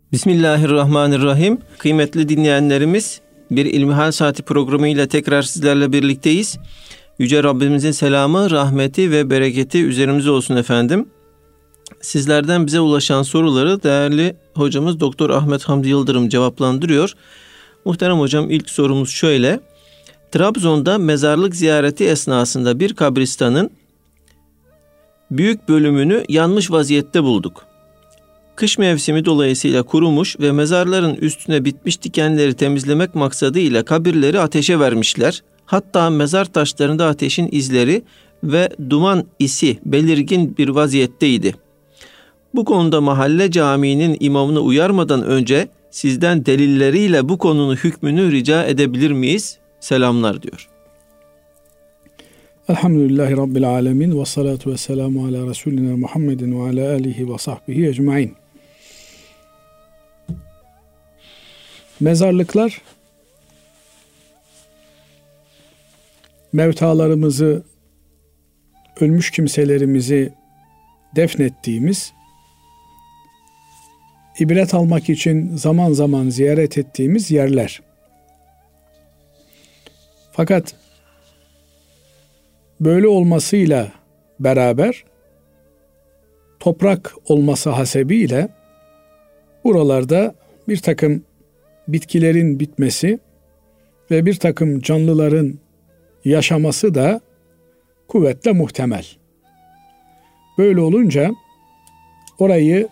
Bismillahirrahmanirrahim. Kıymetli dinleyenlerimiz, bir İlmihal Saati programıyla tekrar sizlerle birlikteyiz. Yüce Rabbimizin selamı, rahmeti ve bereketi üzerimize olsun efendim. Sizlerden bize ulaşan soruları değerli hocamız Doktor Ahmet Hamdi Yıldırım cevaplandırıyor. Muhterem hocam, ilk sorumuz şöyle. Trabzon'da mezarlık ziyareti esnasında bir kabristanın büyük bölümünü yanmış vaziyette bulduk. Kış mevsimi dolayısıyla kurumuş ve mezarların üstüne bitmiş dikenleri temizlemek maksadıyla kabirleri ateşe vermişler. Hatta mezar taşlarında ateşin izleri ve duman isi belirgin bir vaziyetteydi. Bu konuda mahalle caminin imamını uyarmadan önce sizden delilleriyle bu konunun hükmünü rica edebilir miyiz? Selamlar diyor. Elhamdülillahi Rabbil alemin ve salatu ve selamu ala Resulina Muhammedin ve ala alihi ve sahbihi ecmain. Mezarlıklar, mevtalarımızı, ölmüş kimselerimizi defnettiğimiz, ibret almak için zaman zaman ziyaret ettiğimiz yerler. Fakat böyle olmasıyla beraber toprak olması hasebiyle buralarda bir takım bitkilerin bitmesi ve bir takım canlıların yaşaması da kuvvetle muhtemel. Böyle olunca orayı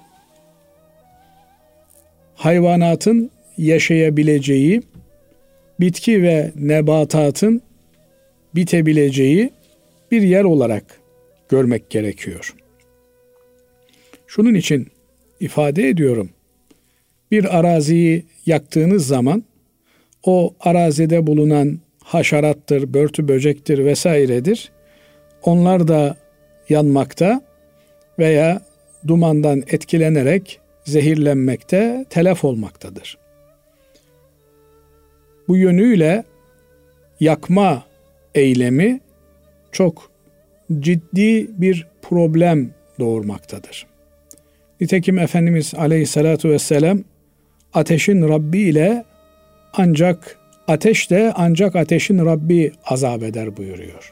hayvanatın yaşayabileceği, bitki ve nebatatın bitebileceği bir yer olarak görmek gerekiyor. Şunun için ifade ediyorum. Bir araziyi yaktığınız zaman o arazide bulunan haşerattır, börtü böcektir vesairedir. Onlar da yanmakta veya dumandan etkilenerek zehirlenmekte, telef olmaktadır. Bu yönüyle yakma eylemi çok ciddi bir problem doğurmaktadır. Nitekim Efendimiz Aleyhisselatü Vesselam ateşin Rabbi ile ancak ateşin Rabbi azap eder buyuruyor.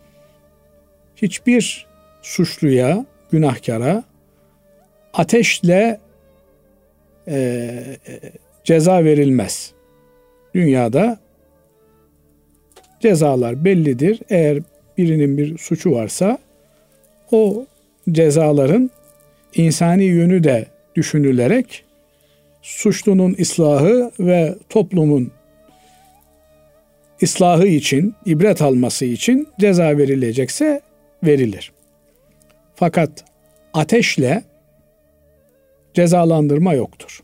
Hiçbir suçluya, günahkara ateşle ceza verilmez. Dünyada cezalar bellidir. Eğer birinin bir suçu varsa o cezaların insani yönü de düşünülerek suçlunun ıslahı ve toplumun ıslahı için, ibret alması için ceza verilecekse verilir. Fakat ateşle cezalandırma yoktur.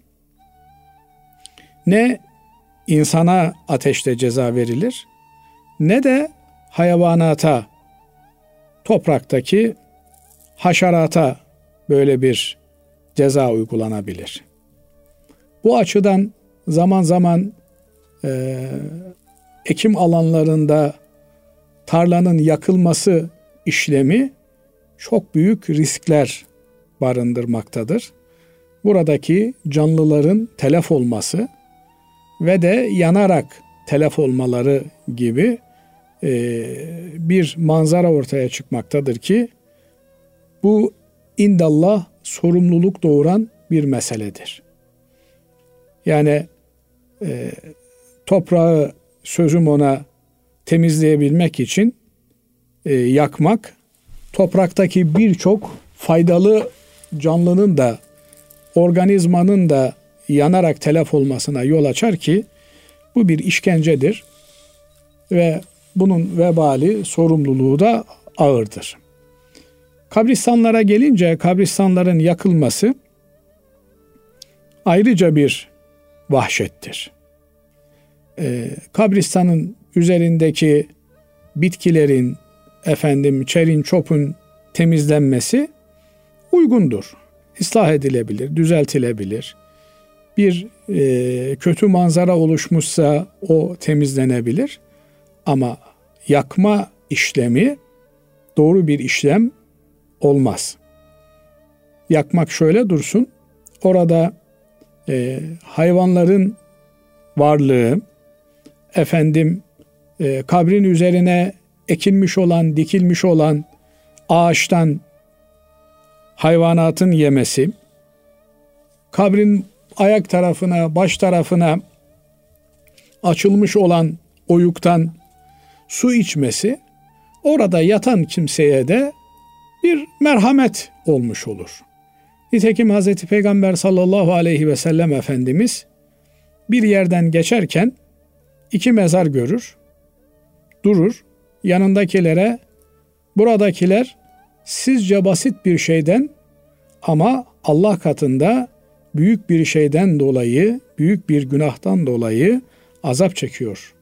Ne insana ateşle ceza verilir, ne de hayvanata, topraktaki haşerata böyle bir ceza uygulanabilir. Bu açıdan zaman zaman ekim alanlarında tarlanın yakılması işlemi çok büyük riskler barındırmaktadır. Buradaki canlıların telef olması ve de yanarak telef olmaları gibi bir manzara ortaya çıkmaktadır ki bu indallah sorumluluk doğuran bir meseledir. Yani toprağı sözüm ona temizleyebilmek için yakmak, topraktaki birçok faydalı canlının da organizmanın da yanarak telef olmasına yol açar ki bu bir işkencedir ve bunun vebali, sorumluluğu da ağırdır. Kabristanlara gelince kabristanların yakılması ayrıca bir vahşettir. Kabristanın üzerindeki bitkilerin, çerin çopun temizlenmesi uygundur. İslah edilebilir, düzeltilebilir. Bir kötü manzara oluşmuşsa o temizlenebilir. Ama yakma işlemi doğru bir işlem olmaz. Yakmak şöyle dursun, orada hayvanların varlığı, kabrin üzerine ekilmiş olan, dikilmiş olan ağaçtan hayvanatın yemesi, kabrin ayak tarafına, baş tarafına açılmış olan oyuktan su içmesi, orada yatan kimseye de bir merhamet olmuş olur. Nitekim Hazreti Peygamber sallallahu aleyhi ve sellem Efendimiz bir yerden geçerken 2 mezar görür, durur, yanındakilere, buradakiler sizce basit bir şeyden ama Allah katında büyük bir şeyden dolayı, büyük bir günahtan dolayı azap çekiyor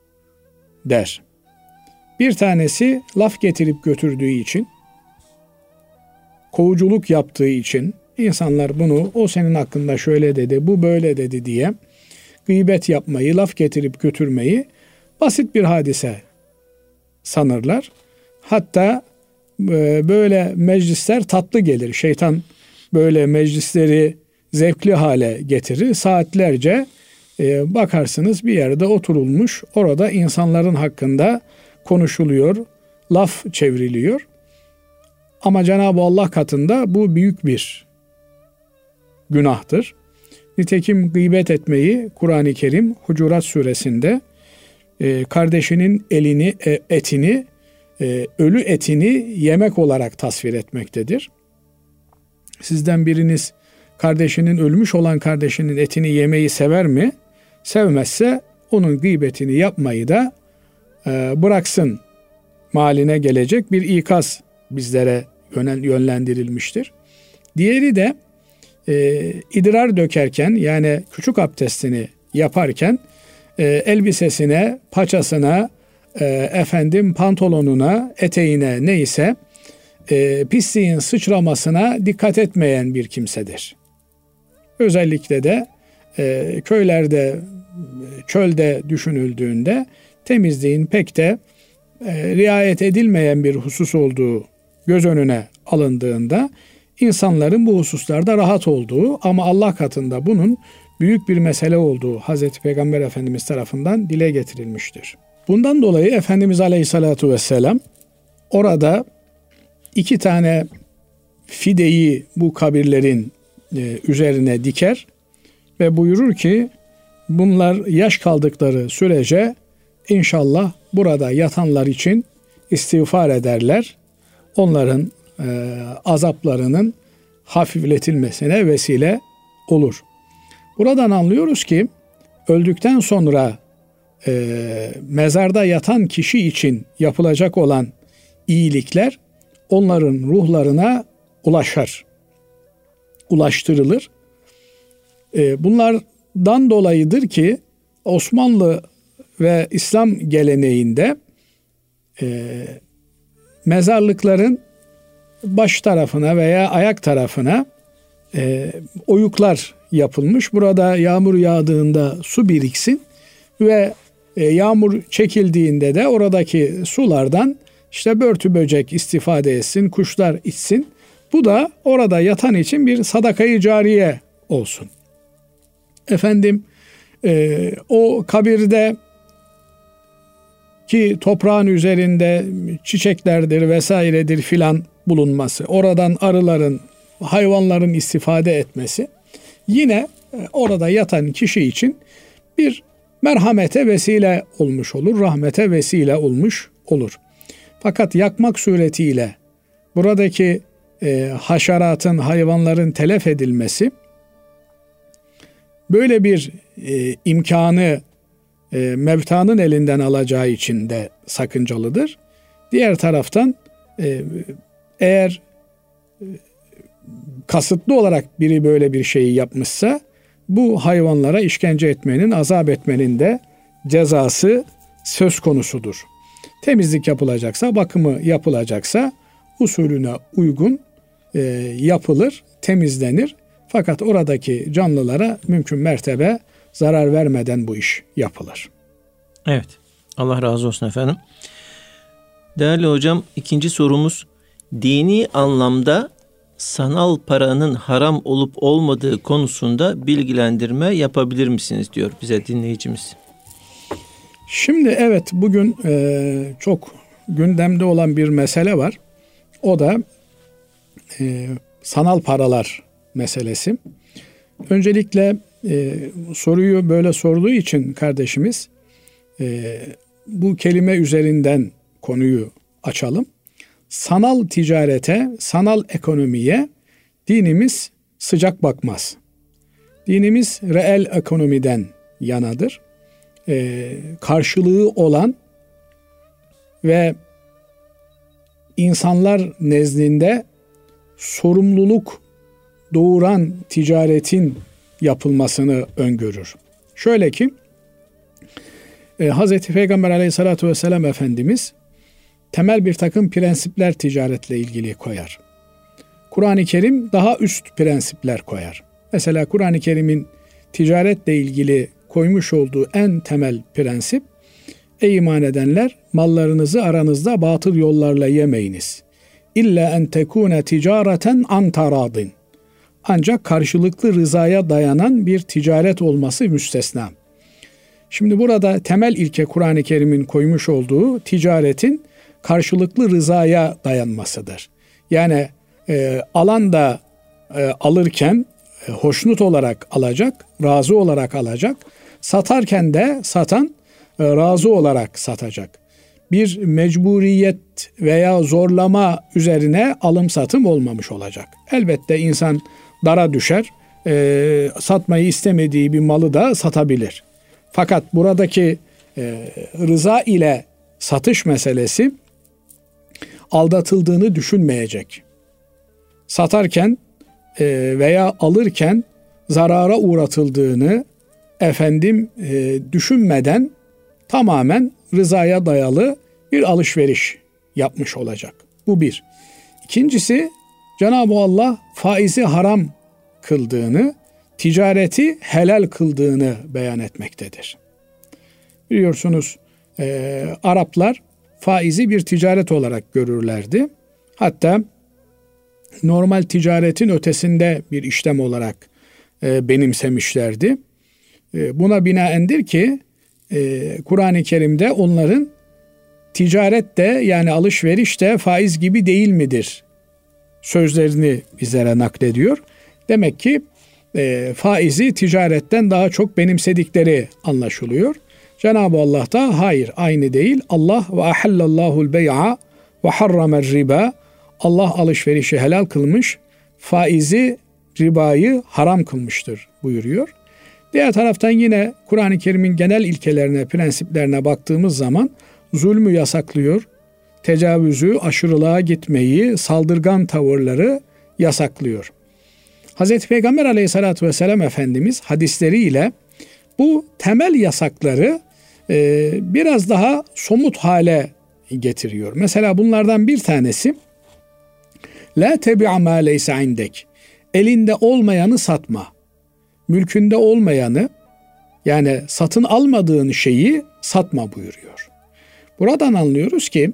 der. Bir tanesi laf getirip götürdüğü için, kovuculuk yaptığı için, insanlar bunu o senin hakkında şöyle dedi, bu böyle dedi diye gıybet yapmayı, laf getirip götürmeyi basit bir hadise sanırlar. Hatta böyle meclisler tatlı gelir. Şeytan böyle meclisleri zevkli hale getirir. Saatlerce bakarsınız bir yerde oturulmuş, orada insanların hakkında konuşuluyor, laf çevriliyor. Ama Cenab-ı Allah katında bu büyük bir günahtır. Nitekim gıybet etmeyi Kur'an-ı Kerim Hucurat suresinde kardeşinin etini, ölü etini yemek olarak tasvir etmektedir. Sizden biriniz ölmüş olan kardeşinin etini yemeyi sever mi? Sevmezse onun gıybetini yapmayı da bıraksın maline gelecek bir ikaz bizlere yönlendirilmiştir. Diğeri de idrar dökerken, yani küçük abdestini yaparken elbisesine, paçasına, pantolonuna, eteğine neyse pisliğin sıçramasına dikkat etmeyen bir kimsedir. Özellikle de köylerde, çölde düşünüldüğünde temizliğin pek de riayet edilmeyen bir husus olduğu göz önüne alındığında insanların bu hususlarda rahat olduğu ama Allah katında bunun büyük bir mesele olduğu Hazreti Peygamber Efendimiz tarafından dile getirilmiştir. Bundan dolayı Efendimiz Aleyhisselatü Vesselam orada 2 tane fideyi bu kabirlerin üzerine diker ve buyurur ki bunlar yaş kaldıkları sürece inşallah burada yatanlar için istiğfar ederler. Onların azaplarının hafifletilmesine vesile olur. Buradan anlıyoruz ki öldükten sonra mezarda yatan kişi için yapılacak olan iyilikler onların ruhlarına ulaştırılır. Bunlardan dolayıdır ki Osmanlı ve İslam geleneğinde mezarlıkların baş tarafına veya ayak tarafına oyuklar yapılmış. Burada yağmur yağdığında su biriksin ve yağmur çekildiğinde de oradaki sulardan işte börtü böcek istifade etsin, kuşlar içsin. Bu da orada yatan için bir sadakayı cariye olsun. O kabirde ki toprağın üzerinde çiçeklerdir vesairedir filan bulunması, oradan arıların, hayvanların istifade etmesi yine orada yatan kişi için bir merhamete vesile olmuş olur, rahmete vesile olmuş olur. Fakat yakmak suretiyle buradaki haşeratın, hayvanların telef edilmesi böyle bir imkanı mevtanın elinden alacağı için de sakıncalıdır. Diğer taraftan eğer kasıtlı olarak biri böyle bir şeyi yapmışsa bu hayvanlara işkence etmenin, azap etmenin de cezası söz konusudur. Temizlik yapılacaksa, bakımı yapılacaksa usulüne uygun yapılır, temizlenir. Fakat oradaki canlılara mümkün mertebe zarar vermeden bu iş yapılır. Evet. Allah razı olsun efendim. Değerli hocam, 2. sorumuz, dini anlamda sanal paranın haram olup olmadığı konusunda bilgilendirme yapabilir misiniz diyor bize dinleyicimiz. Şimdi evet, bugün çok gündemde olan bir mesele var. O da sanal paralar meselesi. Öncelikle soruyu böyle sorduğu için kardeşimiz bu kelime üzerinden konuyu açalım. Sanal ticarete, sanal ekonomiye dinimiz sıcak bakmaz. Dinimiz reel ekonomiden yanadır. Karşılığı olan ve insanlar nezdinde sorumluluk doğuran ticaretin yapılmasını öngörür. Şöyle ki Hazreti Peygamber Aleyhisselatü Vesselam Efendimiz temel bir takım prensipler ticaretle ilgili koyar. Kur'an-ı Kerim daha üst prensipler koyar. Mesela Kur'an-ı Kerim'in ticaretle ilgili koymuş olduğu en temel prensip, ey iman edenler, mallarınızı aranızda batıl yollarla yemeyiniz. İlla en tekune ticareten an taradin. Ancak karşılıklı rızaya dayanan bir ticaret olması müstesna. Şimdi burada temel ilke Kur'an-ı Kerim'in koymuş olduğu ticaretin karşılıklı rızaya dayanmasıdır. Yani alan da alırken hoşnut olarak alacak, razı olarak alacak. Satarken de satan razı olarak satacak. Bir mecburiyet veya zorlama üzerine alım satım olmamış olacak. Elbette insan dara düşer, satmayı istemediği bir malı da satabilir. Fakat buradaki rıza ile satış meselesi aldatıldığını düşünmeyecek. Satarken veya alırken zarara uğratıldığını düşünmeden tamamen rızaya dayalı bir alışveriş yapmış olacak. Bu bir. İkincisi, Cenab-ı Allah faizi haram kıldığını, ticareti helal kıldığını beyan etmektedir. Biliyorsunuz Araplar faizi bir ticaret olarak görürlerdi. Hatta normal ticaretin ötesinde bir işlem olarak benimsemişlerdi. Buna binaendir ki Kur'an-ı Kerim'de onların ticaret de, yani alışveriş de faiz gibi değil midir sözlerini bizlere naklediyor. Demek ki faizi ticaretten daha çok benimsedikleri anlaşılıyor. Cenab-ı Allah da hayır, aynı değil. Allah ve ahallallahu'l bey'a ve harramer riba. Allah alışverişi helal kılmış, faizi, ribayı haram kılmıştır buyuruyor. Diğer taraftan yine Kur'an-ı Kerim'in genel ilkelerine, prensiplerine baktığımız zaman zulmü yasaklıyor, tecavüzü, aşırılığa gitmeyi, saldırgan tavırları yasaklıyor. Hazreti Peygamber Aleyhisselatü Vesselam Efendimiz hadisleriyle bu temel yasakları biraz daha somut hale getiriyor. Mesela bunlardan bir tanesi, la tebi'a ma leyse indek. Elinde olmayanı satma. Mülkünde olmayanı, yani satın almadığın şeyi satma buyuruyor. Buradan anlıyoruz ki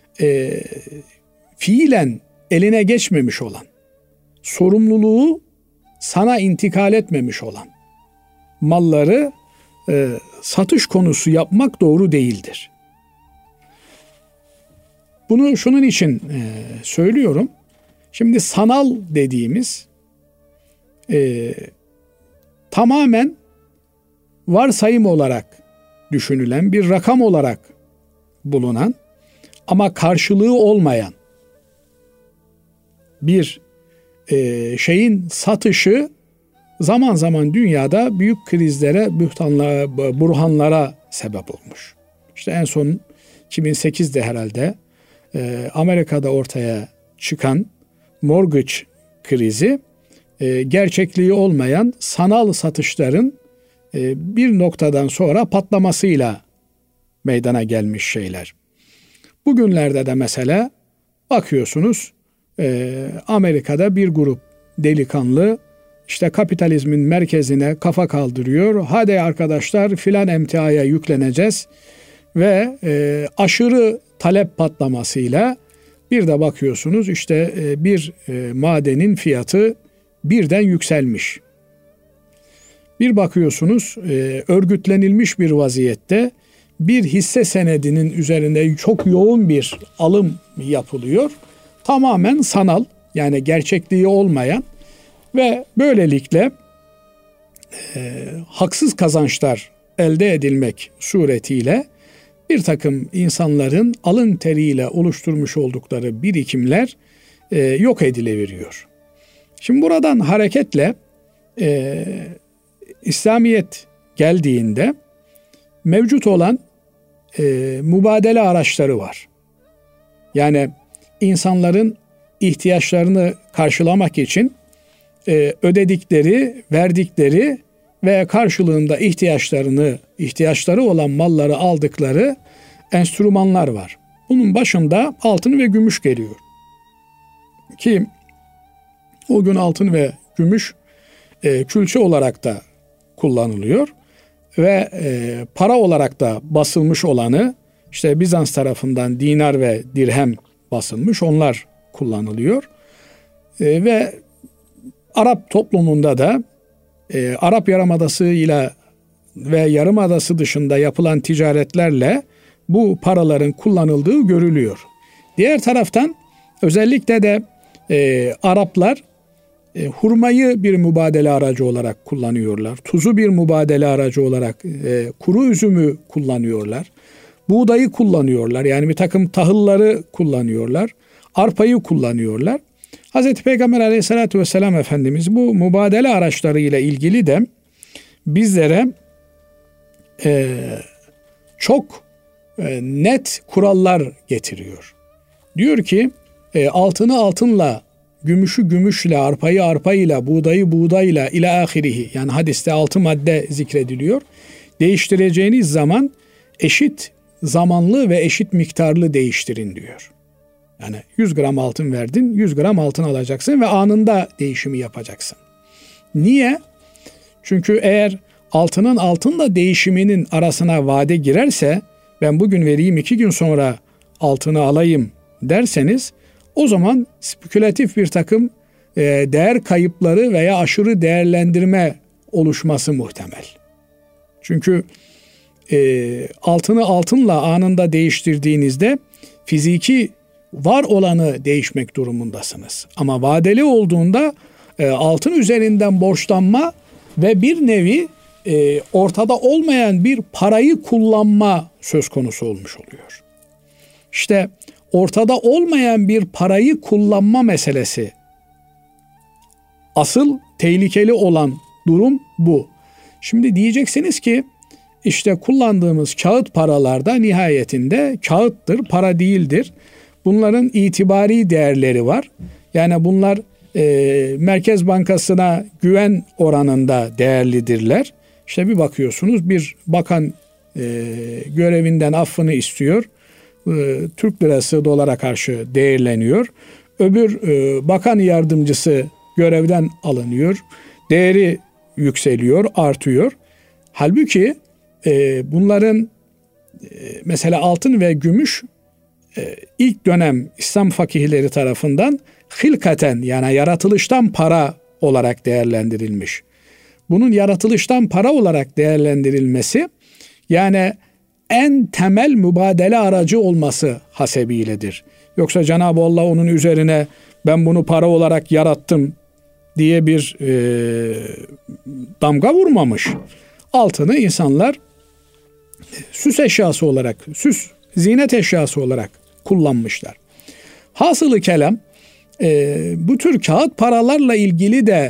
fiilen eline geçmemiş olan, sorumluluğu sana intikal etmemiş olan malları satış konusu yapmak doğru değildir. Bunu şunun için söylüyorum. Şimdi sanal dediğimiz tamamen varsayım olarak düşünülen, bir rakam olarak bulunan ama karşılığı olmayan bir şeyin satışı zaman zaman dünyada büyük krizlere, burhanlara sebep olmuş. İşte en son 2008'de herhalde Amerika'da ortaya çıkan mortgage krizi, gerçekliği olmayan sanal satışların bir noktadan sonra patlamasıyla meydana gelmiş şeyler. Bugünlerde de mesela bakıyorsunuz Amerika'da bir grup delikanlı işte kapitalizmin merkezine kafa kaldırıyor. Hadi arkadaşlar filan emtiaya yükleneceğiz ve aşırı talep patlamasıyla Bir de bakıyorsunuz işte bir madenin fiyatı birden yükselmiş. Bir bakıyorsunuz örgütlenilmiş bir vaziyette bir hisse senedinin üzerinde çok yoğun bir alım yapılıyor. Tamamen sanal, yani gerçekliği olmayan ve böylelikle haksız kazançlar elde edilmek suretiyle bir takım insanların alın teriyle oluşturmuş oldukları birikimler yok ediliveriyor. Şimdi buradan hareketle İslamiyet geldiğinde mevcut olan mübadele araçları var. Yani insanların ihtiyaçlarını karşılamak için ödedikleri, verdikleri ve karşılığında ihtiyaçları olan malları aldıkları enstrümanlar var. Bunun başında altın ve gümüş geliyor. Ki o gün altın ve gümüş külçe olarak da kullanılıyor ve para olarak da basılmış olanı işte Bizans tarafından dinar ve dirhem basılmış, onlar kullanılıyor. Ve Arap toplumunda da Arap Yarımadası ile ve Yarımadası dışında yapılan ticaretlerle bu paraların kullanıldığı görülüyor. Diğer taraftan özellikle de Araplar hurmayı bir mübadele aracı olarak kullanıyorlar. Tuzu bir mübadele aracı olarak kuru üzümü kullanıyorlar. Buğdayı kullanıyorlar. Yani bir takım tahılları kullanıyorlar. Arpayı kullanıyorlar. Hz. Peygamber Aleyhisselatü Vesselam Efendimiz bu mübadele araçlarıyla ilgili de bizlere çok net kurallar getiriyor. Diyor ki altını altınla, gümüşü gümüşle, arpayı arpayla, buğdayı buğdayla ila ahirihi, yani hadiste 6 madde zikrediliyor. Değiştireceğiniz zaman eşit zamanlı ve eşit miktarlı değiştirin diyor. Yani 100 gram altın verdin, 100 gram altın alacaksın ve anında değişimi yapacaksın. Niye? Çünkü eğer altının altınla değişiminin arasına vade girerse, ben bugün vereyim 2 gün sonra altını alayım derseniz, o zaman spekülatif bir takım değer kayıpları veya aşırı değerlendirme oluşması muhtemel. Çünkü altını altınla anında değiştirdiğinizde fiziki var olanı değişmek durumundasınız. Ama vadeli olduğunda altın üzerinden borçlanma ve bir nevi ortada olmayan bir parayı kullanma söz konusu olmuş oluyor. İşte ortada olmayan bir parayı kullanma meselesi, asıl tehlikeli olan durum bu. Şimdi diyeceksiniz ki işte kullandığımız kağıt paralarda nihayetinde kağıttır, para değildir. Bunların itibari değerleri var. Yani bunlar Merkez Bankası'na güven oranında değerlidirler. İşte bir bakıyorsunuz bir bakan görevinden affını istiyor. Türk lirası dolara karşı değerleniyor. Öbür bakan yardımcısı görevden alınıyor. Değeri yükseliyor, artıyor. Halbuki bunların mesela altın ve gümüş ilk dönem İslam fakihleri tarafından hilkaten, yani yaratılıştan para olarak değerlendirilmiş. Bunun yaratılıştan para olarak değerlendirilmesi yani en temel mübadele aracı olması hasebiyledir. Yoksa Cenab-ı Allah onun üzerine ben bunu para olarak yarattım diye bir damga vurmamış. Altını insanlar süs eşyası olarak, zinet eşyası olarak kullanmışlar. Hasılı kelam bu tür kağıt paralarla ilgili de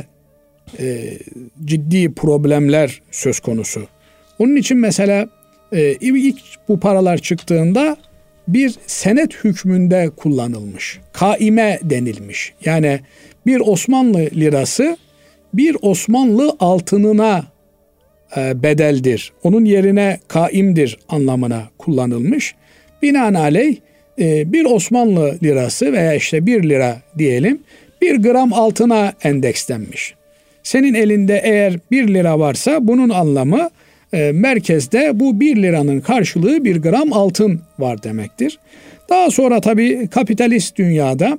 ciddi problemler söz konusu. Onun için mesela ilk bu paralar çıktığında bir senet hükmünde kullanılmış. Kaime denilmiş. Yani bir Osmanlı lirası bir Osmanlı altınına bedeldir. Onun yerine kaimdir anlamına kullanılmış. Binaenaleyh bir Osmanlı lirası veya işte 1 lira diyelim 1 gram altına endekslenmiş. Senin elinde eğer 1 lira varsa bunun anlamı merkezde bu 1 liranın karşılığı 1 gram altın var demektir. Daha sonra tabii kapitalist dünyada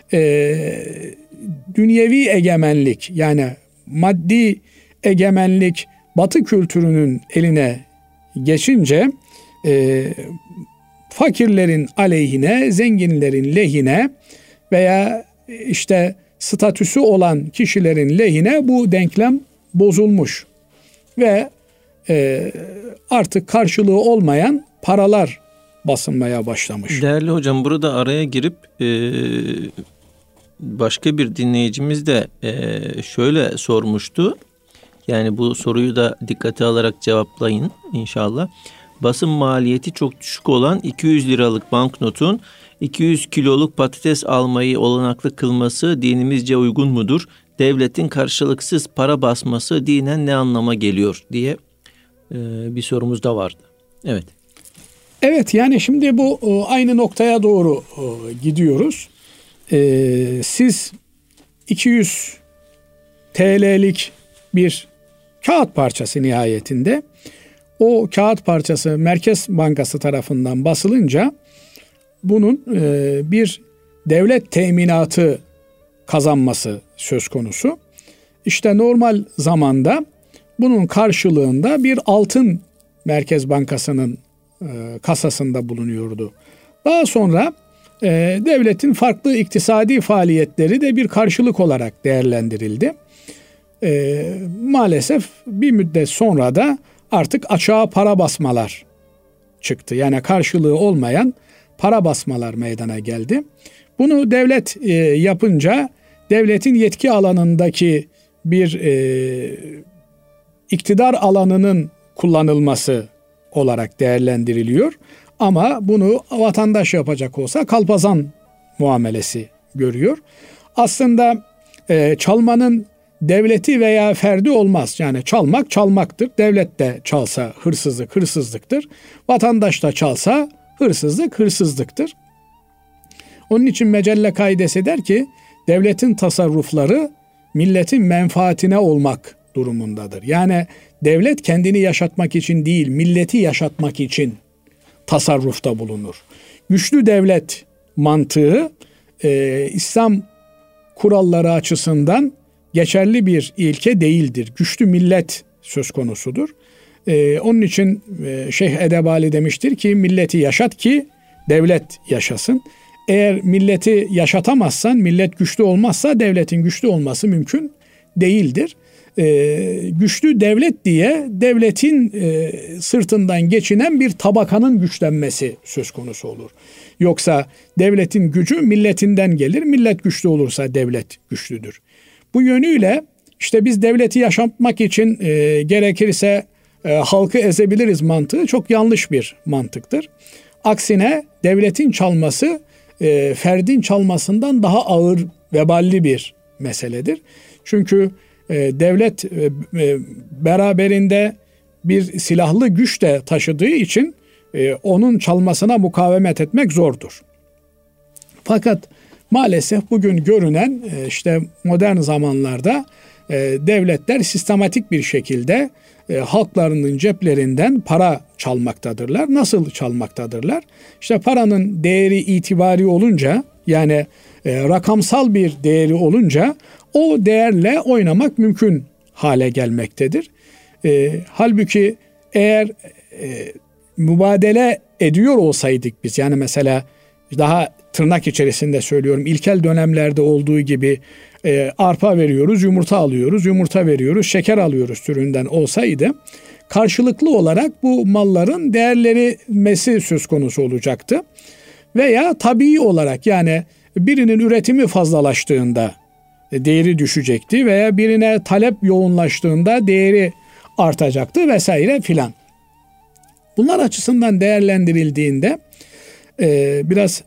dünyevi egemenlik, yani maddi egemenlik Batı kültürünün eline geçince fakirlerin aleyhine, zenginlerin lehine veya işte statüsü olan kişilerin lehine bu denklem bozulmuş ve artık karşılığı olmayan paralar basılmaya başlamış. Değerli hocam, burada araya girip başka bir dinleyicimiz de şöyle sormuştu. Yani bu soruyu da dikkate alarak cevaplayın inşallah. Basım maliyeti çok düşük olan 200 liralık banknotun 200 kiloluk patates almayı olanaklı kılması dinimizce uygun mudur? Devletin karşılıksız para basması dinen ne anlama geliyor diye bir sorumuz da vardı. Evet. Evet, yani şimdi bu aynı noktaya doğru gidiyoruz. Siz 200 TL'lik bir kağıt parçası nihayetinde, o kağıt parçası Merkez Bankası tarafından basılınca bunun bir devlet teminatı kazanması söz konusu. İşte normal zamanda bunun karşılığında bir altın Merkez Bankası'nın kasasında bulunuyordu. Daha sonra devletin farklı iktisadi faaliyetleri de bir karşılık olarak değerlendirildi. Maalesef bir müddet sonra da artık açığa para basmalar çıktı. Yani karşılığı olmayan para basmalar meydana geldi. Bunu devlet yapınca devletin yetki alanındaki bir iktidar alanının kullanılması olarak değerlendiriliyor. Ama bunu vatandaş yapacak olsa kalpazan muamelesi görüyor. Aslında çalmanın devleti veya ferdi olmaz. Yani çalmak çalmaktır. Devlet de çalsa hırsızlık hırsızlıktır. Vatandaş da çalsa hırsızlık hırsızlıktır. Onun için Mecelle kaidesi der ki devletin tasarrufları milletin menfaatine olmak durumundadır. Yani devlet kendini yaşatmak için değil, milleti yaşatmak için tasarrufta bulunur. Güçlü devlet mantığı İslam kuralları açısından geçerli bir ilke değildir. Güçlü millet söz konusudur. Onun için Şeyh Edebali demiştir ki milleti yaşat ki devlet yaşasın. Eğer milleti yaşatamazsan, millet güçlü olmazsa devletin güçlü olması mümkün değildir. Güçlü devlet diye devletin sırtından geçinen bir tabakanın güçlenmesi söz konusu olur. Yoksa devletin gücü milletinden gelir. Millet güçlü olursa devlet güçlüdür. Bu yönüyle işte biz devleti yaşatmak için gerekirse halkı ezebiliriz mantığı çok yanlış bir mantıktır. Aksine devletin çalması ferdin çalmasından daha ağır, veballi bir meseledir. Çünkü devlet beraberinde bir silahlı güç de taşıdığı için onun çalmasına mukavemet etmek zordur. Fakat maalesef bugün görünen işte modern zamanlarda devletler sistematik bir şekilde halklarının ceplerinden para çalmaktadırlar. Nasıl çalmaktadırlar? İşte paranın değeri itibari olunca, yani rakamsal bir değeri olunca o değerle oynamak mümkün hale gelmektedir. Halbuki eğer mübadele ediyor olsaydık biz, yani mesela daha tırnak içerisinde söylüyorum, ilkel dönemlerde olduğu gibi arpa veriyoruz, yumurta alıyoruz, yumurta veriyoruz, şeker alıyoruz türünden olsaydı karşılıklı olarak bu malların değerlenmesi söz konusu olacaktı. Veya tabii olarak, yani birinin üretimi fazlalaştığında değeri düşecekti veya birine talep yoğunlaştığında değeri artacaktı vesaire filan. Bunlar açısından değerlendirildiğinde biraz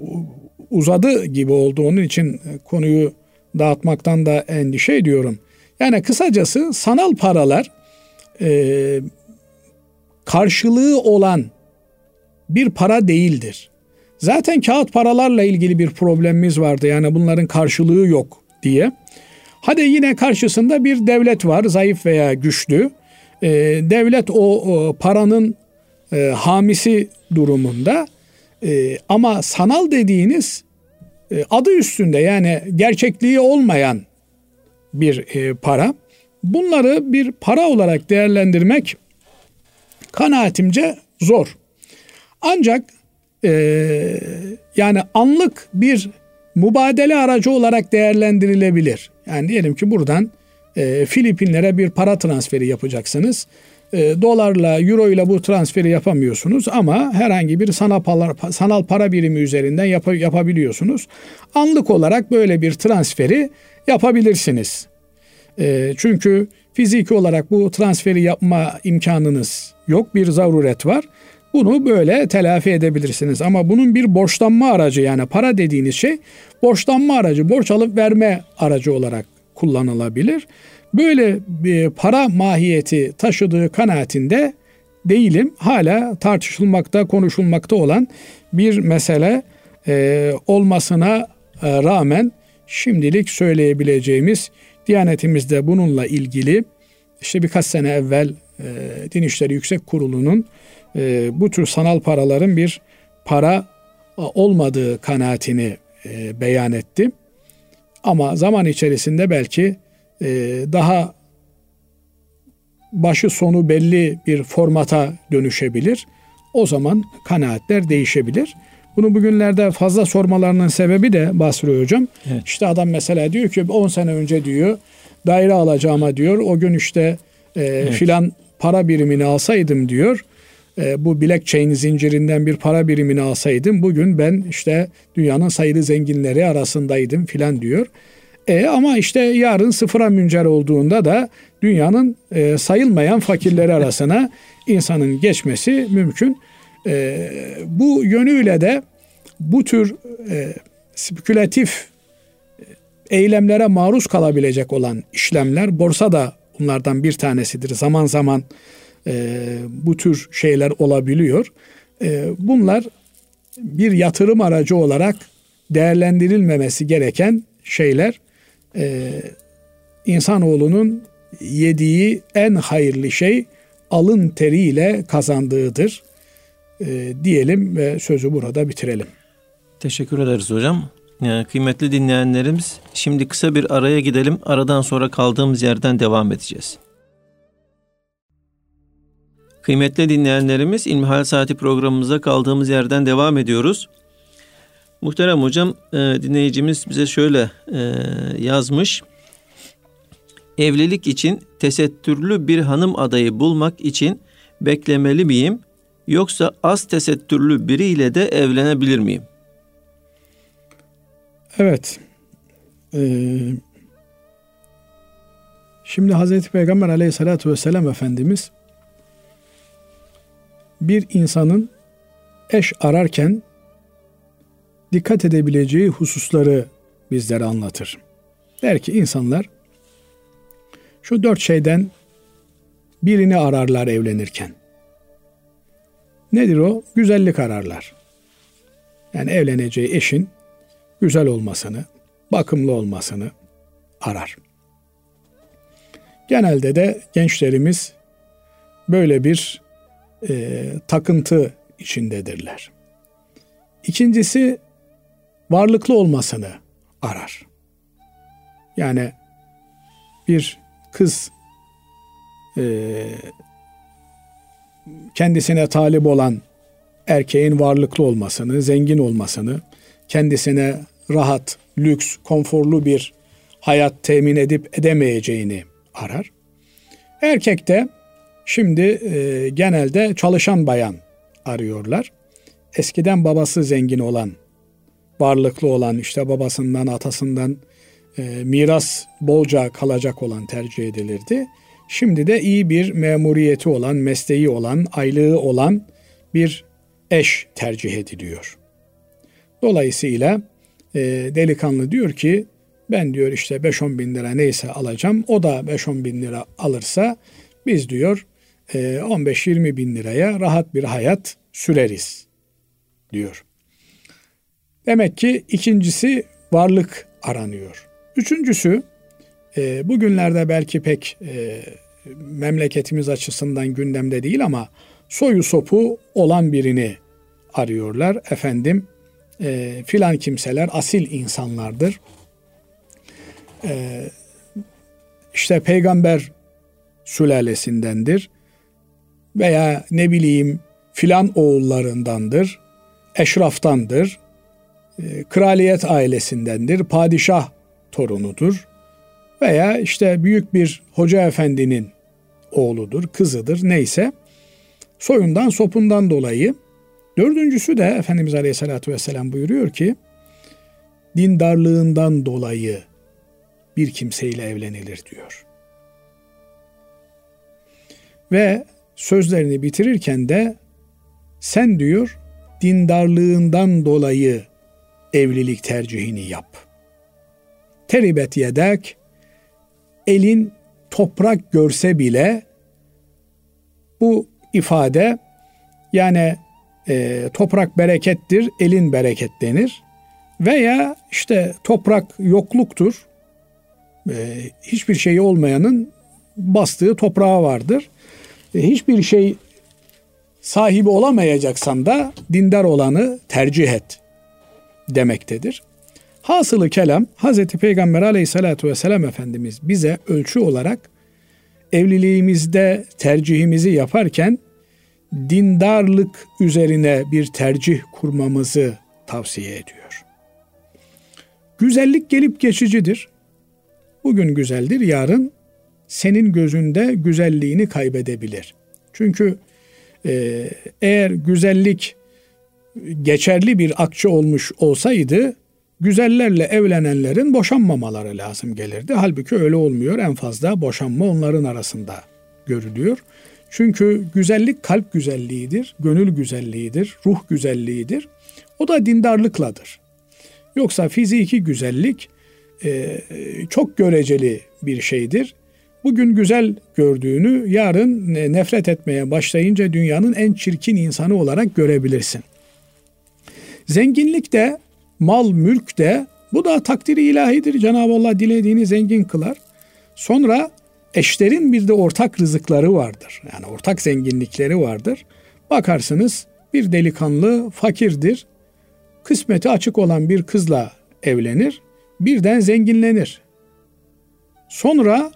uzadı gibi oldu. Onun için konuyu dağıtmaktan da endişe ediyorum. Yani kısacası sanal paralar karşılığı olan bir para değildir. Zaten kağıt paralarla ilgili bir problemimiz vardı. Yani bunların karşılığı yok diye. Hadi yine karşısında bir devlet var, zayıf veya güçlü. Devlet o paranın hamisi durumunda. Ama sanal dediğiniz adı üstünde, yani gerçekliği olmayan bir para. Bunları bir para olarak değerlendirmek kanaatimce zor. Ancak yani anlık bir mübadele aracı olarak değerlendirilebilir. Yani diyelim ki buradan Filipinlere bir para transferi yapacaksınız. Dolarla, euro ile bu transferi yapamıyorsunuz ama herhangi bir sanal para birimi üzerinden yapabiliyorsunuz. Anlık olarak böyle bir transferi yapabilirsiniz. Çünkü fiziki olarak bu transferi yapma imkanınız yok, bir zaruret var. Bunu böyle telafi edebilirsiniz. Ama bunun bir borçlanma aracı, yani para dediğiniz şey borçlanma aracı, borç alıp verme aracı olarak kullanılabilir. Böyle bir para mahiyeti taşıdığı kanaatinde değilim. Hala tartışılmakta, konuşulmakta olan bir mesele olmasına rağmen şimdilik söyleyebileceğimiz, Diyanetimizde bununla ilgili işte birkaç sene evvel Din İşleri Yüksek Kurulu'nun bu tür sanal paraların bir para olmadığı kanaatini beyan etti. Ama zaman içerisinde belki daha başı sonu belli bir formata dönüşebilir. O zaman kanaatler değişebilir. Bunu bugünlerde fazla sormalarının sebebi de Basri Hocam. Evet. İşte adam mesela diyor ki 10 sene önce diyor daire alacağıma diyor o gün işte filan para birimini alsaydım diyor. Bu blockchain zincirinden bir para birimini alsaydım bugün ben işte dünyanın sayılı zenginleri arasındaydım filan diyor. Ama işte yarın sıfıra müncer olduğunda da dünyanın sayılmayan fakirleri arasına insanın geçmesi mümkün. Bu yönüyle de bu tür spekülatif eylemlere maruz kalabilecek olan işlemler, borsa da bunlardan bir tanesidir. Zaman zaman bu tür şeyler olabiliyor. Bunlar bir yatırım aracı olarak değerlendirilmemesi gereken şeyler. İnsanoğlunun yediği en hayırlı şey alın teriyle kazandığıdır. Diyelim ve sözü burada bitirelim. Teşekkür ederiz hocam. Kıymetli dinleyenlerimiz, şimdi kısa bir araya gidelim. Aradan sonra kaldığımız yerden devam edeceğiz. Kıymetli dinleyenlerimiz, İlmihal Saati programımıza kaldığımız yerden devam ediyoruz. Muhterem hocam, dinleyicimiz bize şöyle yazmış. Evlilik için tesettürlü bir hanım adayı bulmak için beklemeli miyim? Yoksa az tesettürlü biriyle de evlenebilir miyim? Evet. Şimdi Hazreti Peygamber Aleyhisselatü Vesselam Efendimiz bir insanın eş ararken dikkat edebileceği hususları bizlere anlatır. Der ki insanlar şu 4 şeyden birini ararlar evlenirken. Nedir o? Güzellik ararlar. Yani evleneceği eşin güzel olmasını, bakımlı olmasını arar. Genelde de gençlerimiz böyle bir takıntı içindedirler. İkincisi varlıklı olmasını arar. Yani bir kız kendisine talip olan erkeğin varlıklı olmasını, zengin olmasını, kendisine rahat, lüks, konforlu bir hayat temin edip edemeyeceğini arar. Erkek de şimdi genelde çalışan bayan arıyorlar. Eskiden babası zengin olan, varlıklı olan, işte babasından, atasından miras bolca kalacak olan tercih edilirdi. Şimdi de iyi bir memuriyeti olan, mesleği olan, aylığı olan bir eş tercih ediliyor. Dolayısıyla delikanlı diyor ki ben diyor işte 5-10 bin lira neyse alacağım. O da 5-10 bin lira alırsa biz diyor 15-20 bin liraya rahat bir hayat süreriz diyor. Demek ki ikincisi varlık aranıyor. Üçüncüsü bugünlerde belki pek memleketimiz açısından gündemde değil ama soyu sopu olan birini arıyorlar. Efendim filan kimseler asil insanlardır. İşte peygamber sülalesindendir. Veya ne bileyim filan oğullarındandır. Eşraftandır. Kraliyet ailesindendir. Padişah torunudur. Veya işte büyük bir hoca efendinin oğludur, kızıdır, neyse. Soyundan, sopundan dolayı. Dördüncüsü de Efendimiz Aleyhisselatü Vesselam buyuruyor ki, dindarlığından dolayı bir kimseyle evlenilir diyor. Ve sözlerini bitirirken de sen diyor dindarlığından dolayı evlilik tercihini yap. Teribet yedek, elin toprak görse bile bu ifade yani toprak berekettir, elin bereketlenir. Veya işte toprak yokluktur. Hiçbir şeyi olmayanın bastığı toprağı vardır. Hiçbir şey sahibi olamayacaksan da dindar olanı tercih et demektedir. Hasılı kelam Hazreti Peygamber Aleyhisselatü Vesselam Efendimiz bize ölçü olarak evliliğimizde tercihimizi yaparken dindarlık üzerine bir tercih kurmamızı tavsiye ediyor. Güzellik gelip geçicidir. Bugün güzeldir, yarın senin gözünde güzelliğini kaybedebilir. Çünkü eğer güzellik geçerli bir akçe olmuş olsaydı güzellerle evlenenlerin boşanmamaları lazım gelirdi. Halbuki öyle olmuyor. En fazla boşanma onların arasında görülüyor. Çünkü güzellik kalp güzelliğidir, gönül güzelliğidir, ruh güzelliğidir. O da dindarlıkladır. Yoksa fiziki güzellik çok göreceli bir şeydir. Bugün güzel gördüğünü yarın nefret etmeye başlayınca dünyanın en çirkin insanı olarak görebilirsin. Zenginlik de, mal, mülk de bu da takdiri ilahidir. Cenab-ı Allah dilediğini zengin kılar. Sonra eşlerin bir de ortak rızıkları vardır. Yani ortak zenginlikleri vardır. Bakarsınız bir delikanlı fakirdir. Kısmeti açık olan bir kızla evlenir. Birden zenginlenir. Sonra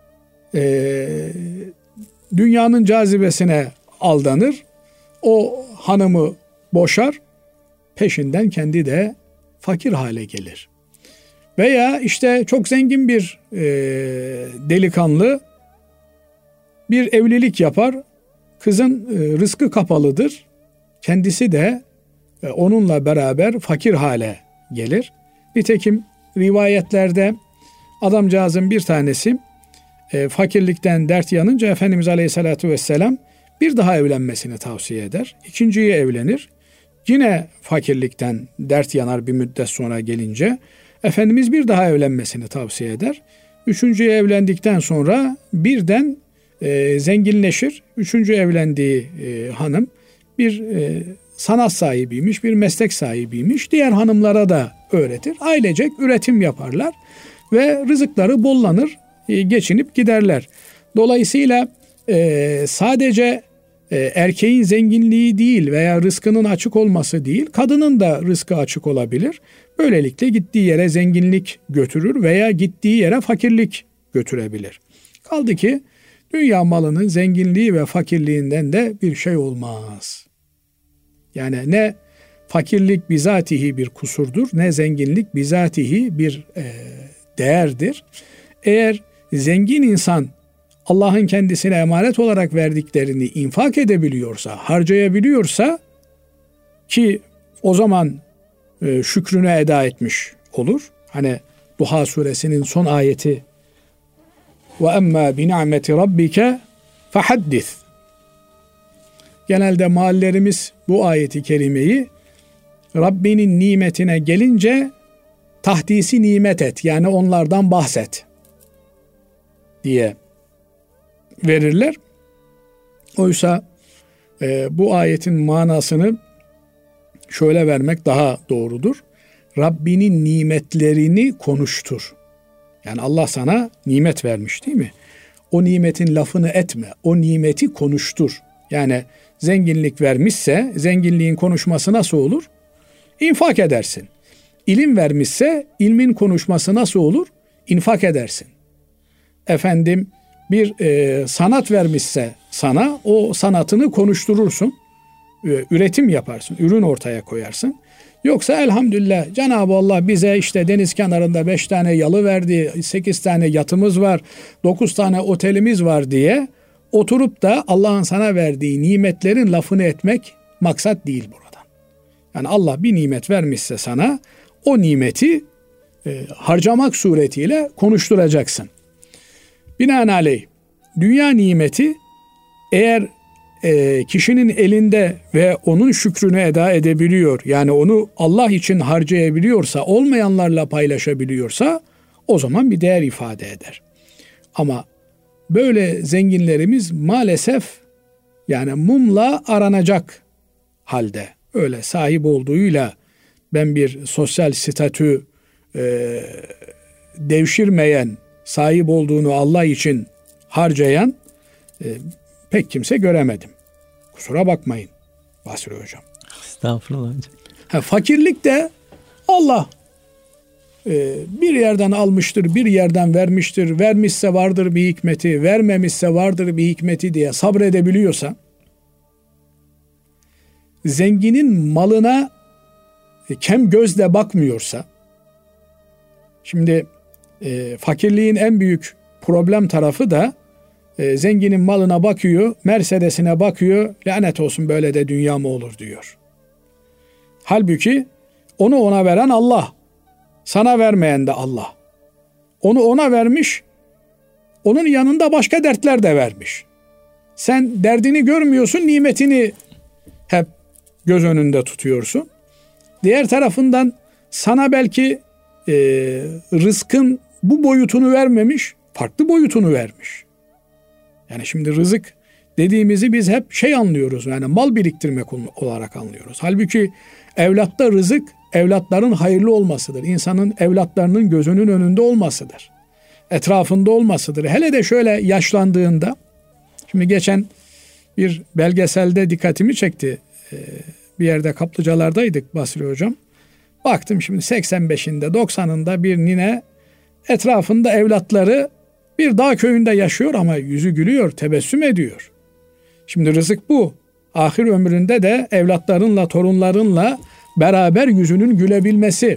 dünyanın cazibesine aldanır. O hanımı boşar. Peşinden kendi de fakir hale gelir. Veya işte çok zengin bir delikanlı bir evlilik yapar. Kızın rızkı kapalıdır. Kendisi de onunla beraber fakir hale gelir. Nitekim rivayetlerde adamcağızın bir tanesi fakirlikten dert yanınca Efendimiz Aleyhisselatü Vesselam bir daha evlenmesini tavsiye eder. İkinciyi evlenir. Yine fakirlikten dert yanar bir müddet sonra gelince Efendimiz bir daha evlenmesini tavsiye eder. Üçüncüye evlendikten sonra birden zenginleşir. Üçüncü evlendiği hanım bir sanat sahibiymiş, bir meslek sahibiymiş. Diğer hanımlara da öğretir. Ailecek üretim yaparlar ve rızıkları bollanır, geçinip giderler. Dolayısıyla sadece erkeğin zenginliği değil veya rızkının açık olması değil, kadının da rızkı açık olabilir. Böylelikle gittiği yere zenginlik götürür veya gittiği yere fakirlik götürebilir. Kaldı ki dünya malının zenginliği ve fakirliğinden de bir şey olmaz. Yani ne fakirlik bizatihi bir kusurdur, ne zenginlik bizatihi bir değerdir. Eğer zengin insan Allah'ın kendisine emanet olarak verdiklerini infak edebiliyorsa, harcayabiliyorsa ki o zaman şükrünü eda etmiş olur. Hani Duha suresinin son ayeti ve emmâ bi ni'meti rabbike fehaddis. Genelde meallerimiz bu ayeti kerimeyi Rabbinin nimetine gelince tahdisi nimet et, yani onlardan bahset diye verirler. Oysa bu ayetin manasını şöyle vermek daha doğrudur. Rabbinin nimetlerini konuştur. Yani Allah sana nimet vermiş değil mi? O nimetin lafını etme. O nimeti konuştur. Yani zenginlik vermişse zenginliğin konuşması nasıl olur? İnfak edersin. İlim vermişse ilmin konuşması nasıl olur? İnfak edersin. Efendim bir sanat vermişse sana o sanatını konuşturursun. Üretim yaparsın. Ürün ortaya koyarsın. Yoksa elhamdülillah Cenab-ı Allah bize işte deniz kenarında 5 tane yalı verdi, 8 tane yatımız var, 9 tane otelimiz var diye oturup da Allah'ın sana verdiği nimetlerin lafını etmek maksat değil buradan. Yani Allah bir nimet vermişse sana o nimeti harcamak suretiyle konuşturacaksın. Binaenaleyh dünya nimeti eğer kişinin elinde ve onun şükrünü eda edebiliyor, yani onu Allah için harcayabiliyorsa, olmayanlarla paylaşabiliyorsa o zaman bir değer ifade eder. Ama böyle zenginlerimiz maalesef yani mumla aranacak halde, öyle sahip olduğuyla ben bir sosyal statü devşirmeyen, sahip olduğunu Allah için harcayan pek kimse göremedim. Kusura bakmayın Basri Hocam. Estağfurullah hocam. Fakirlik de Allah bir yerden almıştır, bir yerden vermiştir. Vermişse vardır bir hikmeti, vermemişse vardır bir hikmeti diye sabredebiliyorsa, zenginin malına kem gözle bakmıyorsa, şimdi fakirliğin en büyük problem tarafı da zenginin malına bakıyor, Mercedes'ine bakıyor, lanet olsun böyle de dünya mı olur diyor. Halbuki onu ona veren Allah, sana vermeyen de Allah. Onu ona vermiş, onun yanında başka dertler de vermiş. Sen derdini görmüyorsun, nimetini hep göz önünde tutuyorsun. Diğer tarafından sana belki rızkın bu boyutunu vermemiş, farklı boyutunu vermiş. Yani şimdi rızık dediğimizi biz hep anlıyoruz, yani mal biriktirmek olarak anlıyoruz. Halbuki evlatta rızık, evlatların hayırlı olmasıdır. İnsanın evlatlarının gözünün önünde olmasıdır. Etrafında olmasıdır. Hele de şöyle yaşlandığında, şimdi geçen bir belgeselde dikkatimi çekti. Bir yerde kaplıcalardaydık Basri Hocam. Baktım şimdi 85'inde 90'ında bir nine, etrafında evlatları, bir dağ köyünde yaşıyor ama yüzü gülüyor, tebessüm ediyor. Şimdi rızık bu. Ahir ömründe de evlatlarınla, torunlarınla beraber yüzünün gülebilmesi.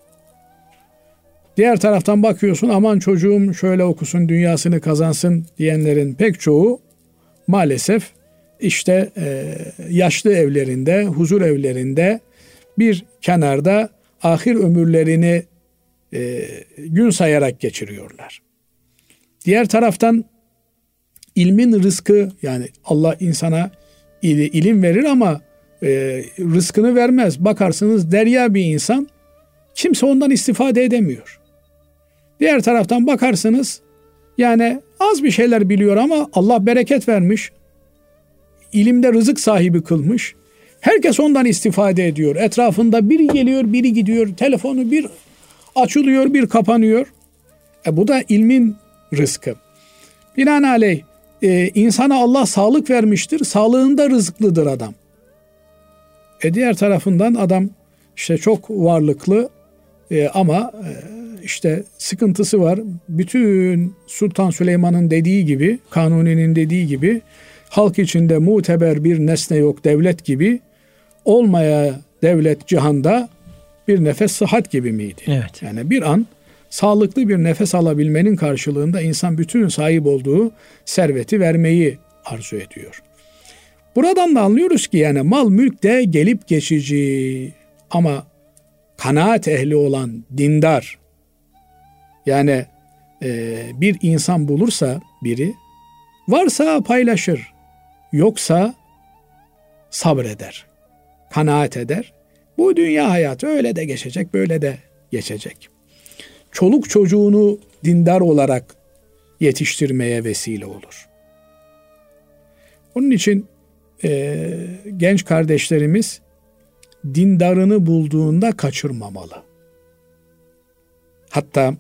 Diğer taraftan bakıyorsun, aman çocuğum şöyle okusun, dünyasını kazansın diyenlerin pek çoğu maalesef işte yaşlı evlerinde, huzur evlerinde bir kenarda ahir ömürlerini gün sayarak geçiriyorlar. Diğer taraftan ilmin rızkı, yani Allah insana ilim verir ama rızkını vermez. Bakarsınız derya bir insan, kimse ondan istifade edemiyor. Diğer taraftan bakarsınız yani az bir şeyler biliyor ama Allah bereket vermiş. İlimde rızık sahibi kılmış. Herkes ondan istifade ediyor. Etrafında biri geliyor, biri gidiyor. Telefonu bir açılıyor, bir kapanıyor. Bu da ilmin rızkı. Binaenaleyh insana Allah sağlık vermiştir. Sağlığında rızıklıdır adam. Diğer tarafından adam işte çok varlıklı ama işte sıkıntısı var. Bütün Sultan Süleyman'ın dediği gibi, Kanuni'nin dediği gibi, halk içinde muteber bir nesne yok devlet gibi, olmaya devlet cihanda bir nefes sıhhat gibi miydi? Evet. Yani bir an sağlıklı bir nefes alabilmenin karşılığında insan bütün sahip olduğu serveti vermeyi arzu ediyor. Buradan da anlıyoruz ki yani mal mülk de gelip geçici, ama kanaat ehli olan dindar, yani bir insan bulursa biri, varsa paylaşır, yoksa sabreder, kanaat eder. Bu dünya hayatı öyle de geçecek, böyle de geçecek. Çoluk çocuğunu dindar olarak yetiştirmeye vesile olur. Onun için genç kardeşlerimiz dindarını bulduğunda kaçırmamalı. Hatta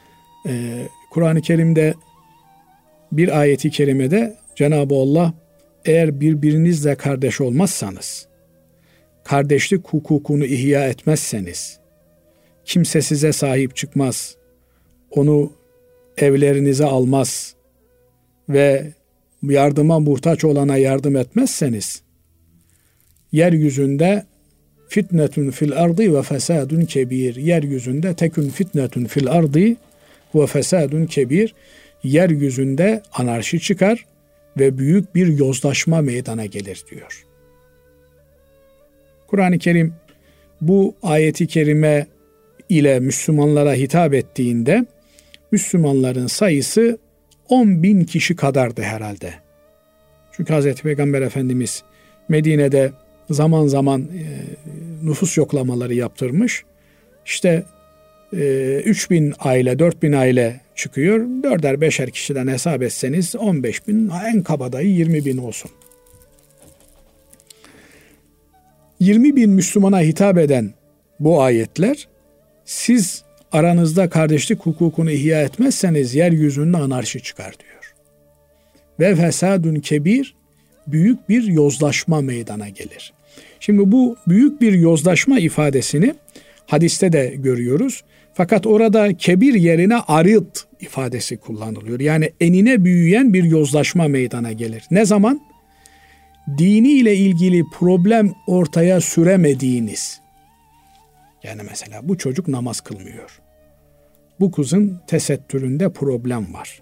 Kur'an-ı Kerim'de bir ayeti kerimede Cenab-ı Allah eğer birbirinizle kardeş olmazsanız, kardeşlik hukukunu ihya etmezseniz, kimse size sahip çıkmaz, onu evlerinize almaz ve yardıma muhtaç olana yardım etmezseniz, yeryüzünde fitnetun fil ardı ve fesadun kebir. Yeryüzünde tekün fitnetun fil ardı ve fesadun kebir. Yeryüzünde anarşi çıkar ve büyük bir yozlaşma meydana gelir diyor. Kur'an-ı Kerim bu ayeti kerime ile Müslümanlara hitap ettiğinde Müslümanların sayısı 10.000 kişi kadardı herhalde. Çünkü Hazreti Peygamber Efendimiz Medine'de zaman zaman nüfus yoklamaları yaptırmış. İşte 3.000 aile, 4.000 aile çıkıyor. 4'er 5'er kişiden hesap etseniz 15.000, en kabadayı 20.000 olsun. 20.000 Müslümana hitap eden bu ayetler, siz aranızda kardeşlik hukukunu ihya etmezseniz yeryüzünde anarşi çıkar diyor. Ve fesadun kebir, büyük bir yozlaşma meydana gelir. Şimdi bu büyük bir yozlaşma ifadesini hadiste de görüyoruz. Fakat orada kebir yerine arid ifadesi kullanılıyor. Yani enine büyüyen bir yozlaşma meydana gelir. Ne zaman? Dini ile ilgili problem ortaya süremediğiniz. Yani mesela bu çocuk namaz kılmıyor. Bu kızın tesettüründe problem var.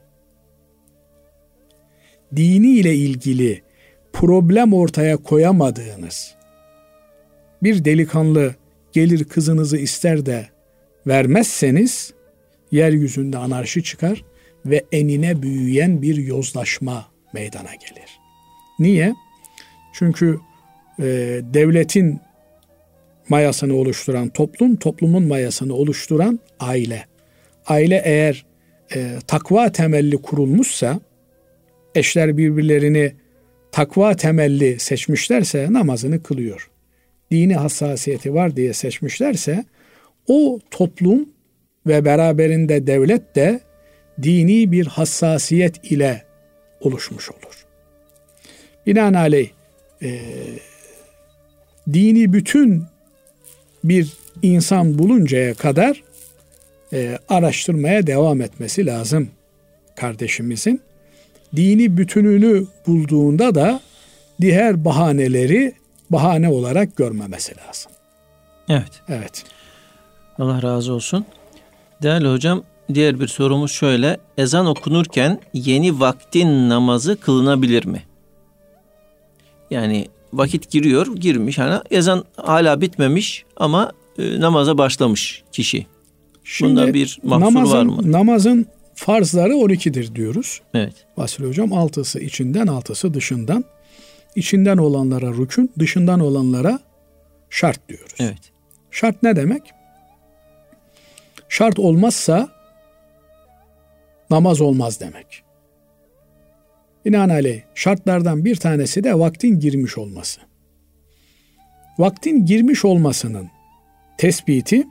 Dini ile ilgili problem ortaya koyamadığınız, bir delikanlı gelir kızınızı ister de vermezseniz yeryüzünde anarşi çıkar ve enine büyüyen bir yozlaşma meydana gelir. Niye? Çünkü devletin mayasını oluşturan toplum, toplumun mayasını oluşturan aile. Aile eğer takva temelli kurulmuşsa, eşler birbirlerini takva temelli seçmişlerse namazını kılıyor. Dini hassasiyeti var diye seçmişlerse o toplum ve beraberinde devlet de dini bir hassasiyet ile oluşmuş olur. Binaenaleyh dini bütün bir insan buluncaya kadar araştırmaya devam etmesi lazım kardeşimizin. Dini bütününü bulduğunda da diğer bahaneleri bahane olarak görmemesi lazım. Evet. Evet. Allah razı olsun. Değerli hocam, diğer bir sorumuz şöyle. Ezan okunurken yeni vaktin namazı kılınabilir mi? Yani vakit girmiş. Hani ezan hala bitmemiş ama namaza başlamış kişi. Şimdi bunda bir mahsur var mı? Namazın farzları 12'dir diyoruz. Evet. Vasili hocam 6'sı içinden, 6'sı dışından. İçinden olanlara rükün, dışından olanlara şart diyoruz. Evet. Şart ne demek? Şart olmazsa namaz olmaz demek. Binaenaleyh şartlardan bir tanesi de vaktin girmiş olması. Vaktin girmiş olmasının tespiti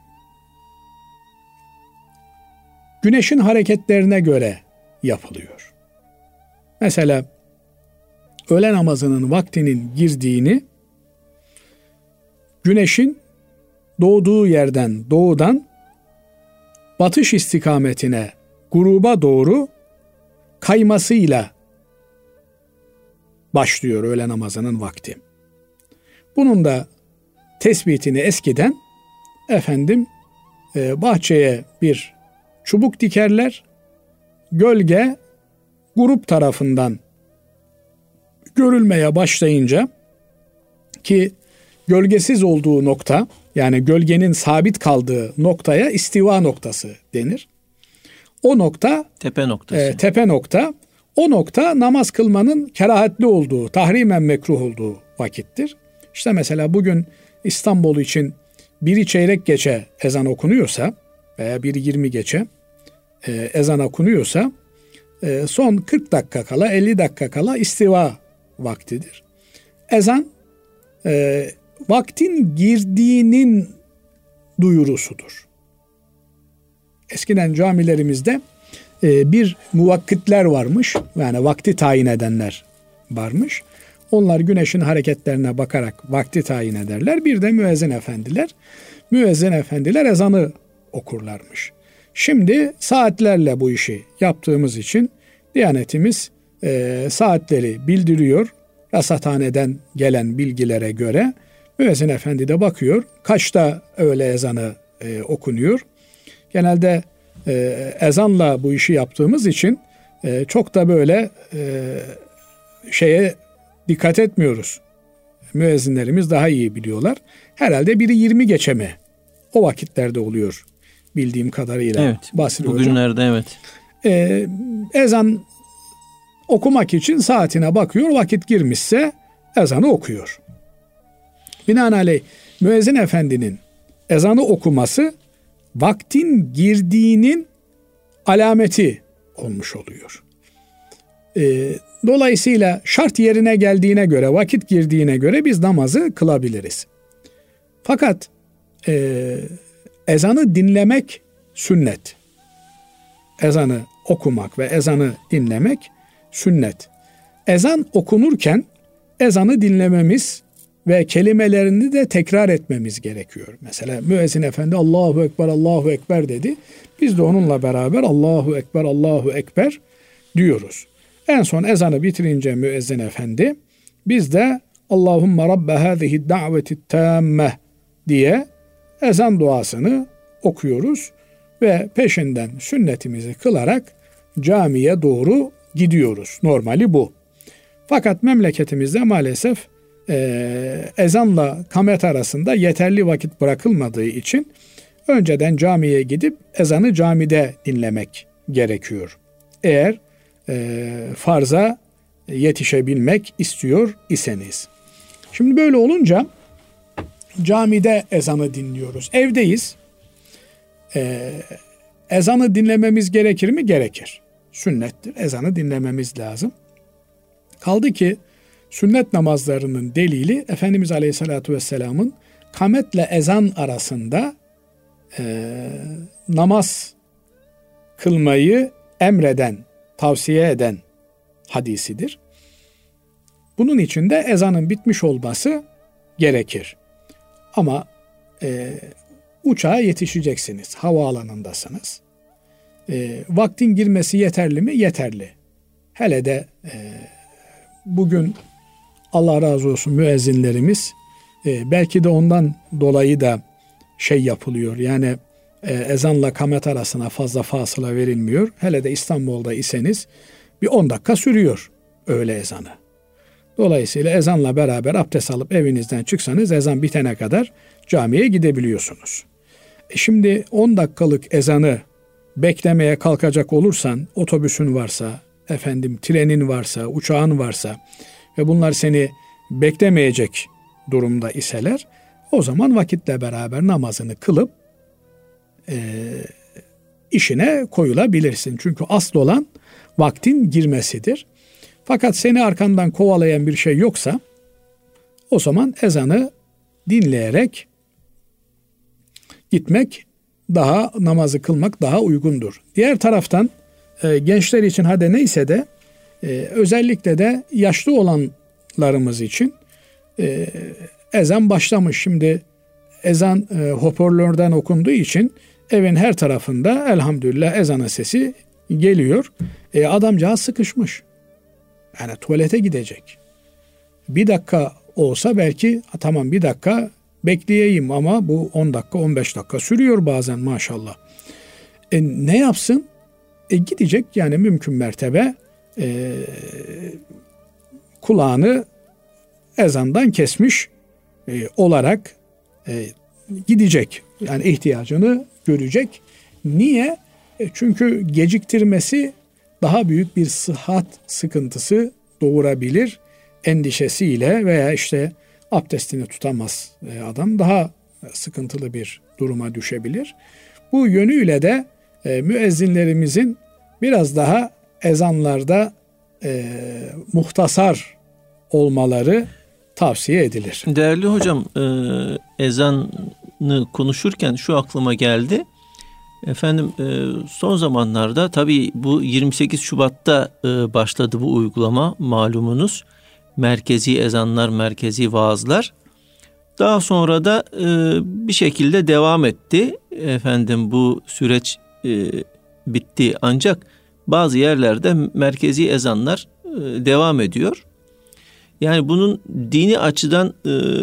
güneşin hareketlerine göre yapılıyor. Mesela öğle namazının vaktinin girdiğini güneşin doğduğu yerden, doğudan batış istikametine, gruba doğru kaymasıyla başlıyor öğle namazının vakti. Bunun da tespitini eskiden bahçeye bir çubuk dikerler, gölge grup tarafından görülmeye başlayınca, ki gölgesiz olduğu nokta, yani gölgenin sabit kaldığı noktaya istiva noktası denir. O nokta tepe nokta. O nokta namaz kılmanın kerahatli olduğu, tahrimen mekruh olduğu vakittir. İşte mesela bugün İstanbul için 1'i çeyrek geçe ezan okunuyorsa veya 1'i 20 geçe ezan okunuyorsa son 40 dakika kala, 50 dakika kala istiva vaktidir. Ezan vaktin girdiğinin duyurusudur. Eskiden camilerimizde bir muvakkitler varmış. Yani vakti tayin edenler varmış. Onlar güneşin hareketlerine bakarak vakti tayin ederler. Bir de müezzin efendiler. Müezzin efendiler ezanı okurlarmış. Şimdi saatlerle bu işi yaptığımız için Diyanetimiz saatleri bildiriyor. Rasathaneden gelen bilgilere göre müezzin efendi de bakıyor. Kaçta öğle ezanı okunuyor. Genelde ezanla bu işi yaptığımız için çok da böyle şeye dikkat etmiyoruz. Müezzinlerimiz daha iyi biliyorlar. Herhalde biri 20 geçe mi? O vakitlerde oluyor bildiğim kadarıyla. Evet. Basri bugünlerde hocam. Evet. Ezan okumak için saatine bakıyor. Vakit girmişse ezanı okuyor. Binaenaleyh müezzin efendinin ezanı okuması vaktin girdiğinin alameti olmuş oluyor. Dolayısıyla şart yerine geldiğine göre, vakit girdiğine göre biz namazı kılabiliriz. Fakat ezanı dinlemek sünnet. Ezanı okumak ve ezanı dinlemek sünnet. Ezan okunurken ezanı dinlememiz ve kelimelerini de tekrar etmemiz gerekiyor. Mesela müezzin efendi Allahu Ekber, Allahu Ekber dedi. Biz de onunla beraber Allahu Ekber, Allahu Ekber diyoruz. En son ezanı bitirince müezzin efendi biz de Allahümme Rabbe hâzihi da'veti tâmmeh diye ezan duasını okuyoruz ve peşinden sünnetimizi kılarak camiye doğru gidiyoruz. Normali bu. Fakat memleketimizde maalesef ezanla kamet arasında yeterli vakit bırakılmadığı için önceden camiye gidip ezanı camide dinlemek gerekiyor. Eğer farza yetişebilmek istiyor iseniz. Şimdi böyle olunca camide ezanı dinliyoruz. Evdeyiz. Ezanı dinlememiz gerekir mi? Gerekir. Sünnettir. Ezanı dinlememiz lazım. Kaldı ki sünnet namazlarının delili Efendimiz Aleyhisselatü Vesselam'ın kametle ezan arasında namaz kılmayı emreden, tavsiye eden hadisidir. Bunun için de ezanın bitmiş olması gerekir. Ama uçağa yetişeceksiniz, havaalanındasınız. Vaktin girmesi yeterli mi? Yeterli. Hele de bugün Allah razı olsun müezzinlerimiz belki de ondan dolayı da şey yapılıyor. Yani ezanla kamet arasına fazla fasıla verilmiyor. Hele de İstanbul'da iseniz bir 10 dakika sürüyor öğle ezanı. Dolayısıyla ezanla beraber abdest alıp evinizden çıksanız ezan bitene kadar camiye gidebiliyorsunuz. Şimdi 10 dakikalık ezanı beklemeye kalkacak olursan, otobüsün varsa, trenin varsa, uçağın varsa ve bunlar seni beklemeyecek durumda iseler, o zaman vakitle beraber namazını kılıp işine koyulabilirsin. Çünkü asıl olan vaktin girmesidir. Fakat seni arkandan kovalayan bir şey yoksa o zaman ezanı dinleyerek gitmek namazı kılmak daha uygundur. Diğer taraftan gençler için hadi neyse de özellikle de yaşlı olanlarımız için ezan başlamış. Şimdi ezan hoparlörden okunduğu için evin her tarafında elhamdülillah ezanın sesi geliyor. Adamcağız sıkışmış. Yani tuvalete gidecek. Bir dakika olsa belki tamam bir dakika bekleyeyim ama bu 10 dakika 15 dakika sürüyor bazen maşallah. Ne yapsın? Gidecek yani mümkün mertebe kulağını ezandan kesmiş olarak gidecek. Yani ihtiyacını görecek. Niye? Çünkü geciktirmesi daha büyük bir sıhhat sıkıntısı doğurabilir endişesiyle veya işte abdestini tutamaz adam daha sıkıntılı bir duruma düşebilir. Bu yönüyle de müezzinlerimizin biraz daha ezanlarda muhtasar olmaları tavsiye edilir. Değerli hocam, ezanı konuşurken şu aklıma geldi. Efendim son zamanlarda tabii bu 28 Şubat'ta başladı bu uygulama malumunuz. merkezi ezanlar, merkezi vaazlar. Daha sonra da bir şekilde devam etti. Efendim bu süreç bitti. Ancak bazı yerlerde merkezi ezanlar devam ediyor. Yani bunun dini açıdan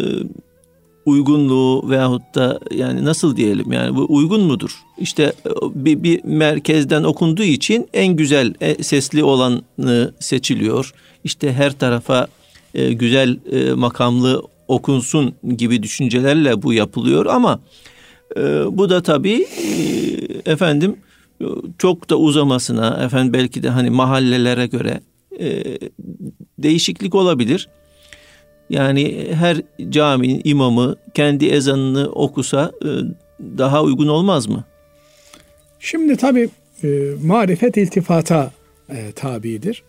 uygunluğu veyahut da yani nasıl diyelim, yani bu uygun mudur? İşte bir merkezden okunduğu için en güzel sesli olanı seçiliyor. İşte her tarafa güzel makamlı okunsun gibi düşüncelerle bu yapılıyor ama bu da tabii efendim çok da uzamasına, efendim belki de hani mahallelere göre değişiklik olabilir. Yani her caminin imamı kendi ezanını okusa daha uygun olmaz mı? Şimdi tabii marifet iltifata tabidir.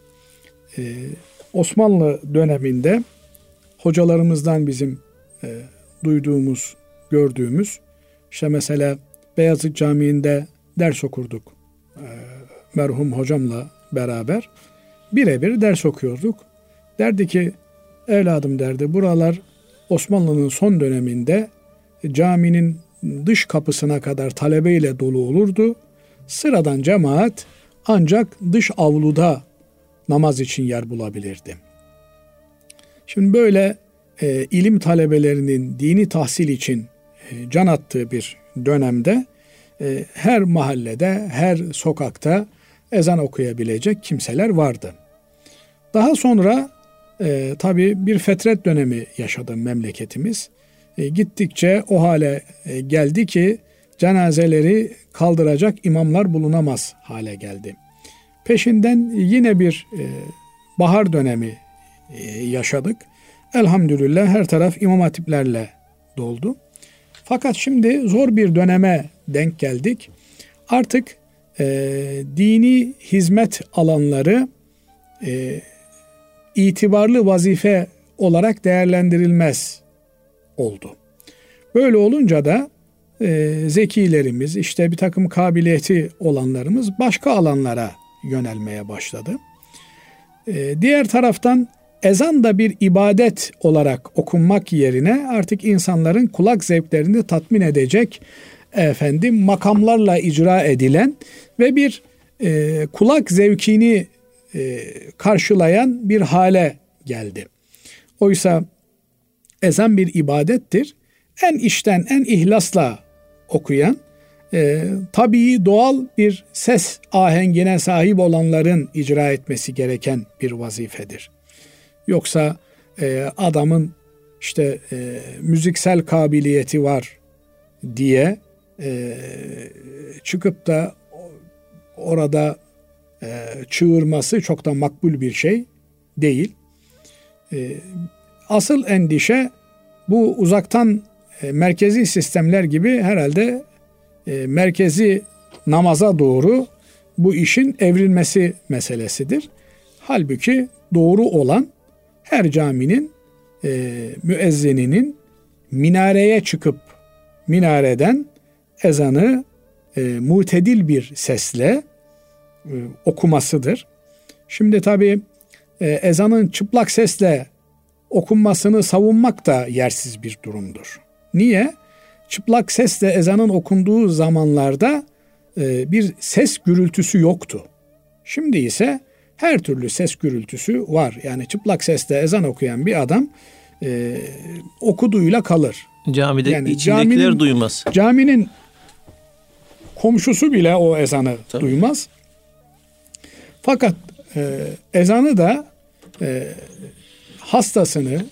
Osmanlı döneminde hocalarımızdan bizim duyduğumuz, gördüğümüz, işte mesela Beyazıt Camii'nde ders okurduk. Merhum hocamla beraber birebir ders okuyorduk. Derdi ki, evladım derdi, buralar Osmanlı'nın son döneminde caminin dış kapısına kadar talebeyle dolu olurdu. Sıradan cemaat ancak dış avluda namaz için yer bulabilirdi. Şimdi böyle ilim talebelerinin dini tahsil için can attığı bir dönemde her mahallede, her sokakta ezan okuyabilecek kimseler vardı. Daha sonra tabii bir fetret dönemi yaşadı memleketimiz. Gittikçe o hale geldi ki cenazeleri kaldıracak imamlar bulunamaz hale geldi. Peşinden yine bir bahar dönemi yaşadık. Elhamdülillah her taraf imam hatiplerle doldu. Fakat şimdi zor bir döneme denk geldik. Artık dini hizmet alanları itibarlı vazife olarak değerlendirilmez oldu. Böyle olunca da zekilerimiz, işte bir takım kabiliyeti olanlarımız başka alanlara yönelmeye başladı. Diğer taraftan ezan da bir ibadet olarak okunmak yerine artık insanların kulak zevklerini tatmin edecek makamlarla icra edilen ve bir kulak zevkini karşılayan bir hale geldi. Oysa ezan bir ibadettir. En içten, en ihlasla okuyan, tabii doğal bir ses ahengine sahip olanların icra etmesi gereken bir vazifedir. Yoksa adamın işte müziksel kabiliyeti var diye çıkıp da orada çığırması çok da makbul bir şey değil. Asıl endişe bu uzaktan merkezi sistemler gibi herhalde merkezi namaza doğru bu işin evrilmesi meselesidir. Halbuki doğru olan her caminin müezzininin minareye çıkıp minareden ezanı mutedil bir sesle okumasıdır. Şimdi tabii ezanın çıplak sesle okunmasını savunmak da yersiz bir durumdur. Niye? Çıplak sesle ezanın okunduğu zamanlarda bir ses gürültüsü yoktu. Şimdi ise her türlü ses gürültüsü var. Yani çıplak sesle ezan okuyan bir adam okuduğuyla kalır. Camide yani içindekiler duymaz. Caminin komşusu bile o ezanı duymaz. Fakat ezanı da hastasını,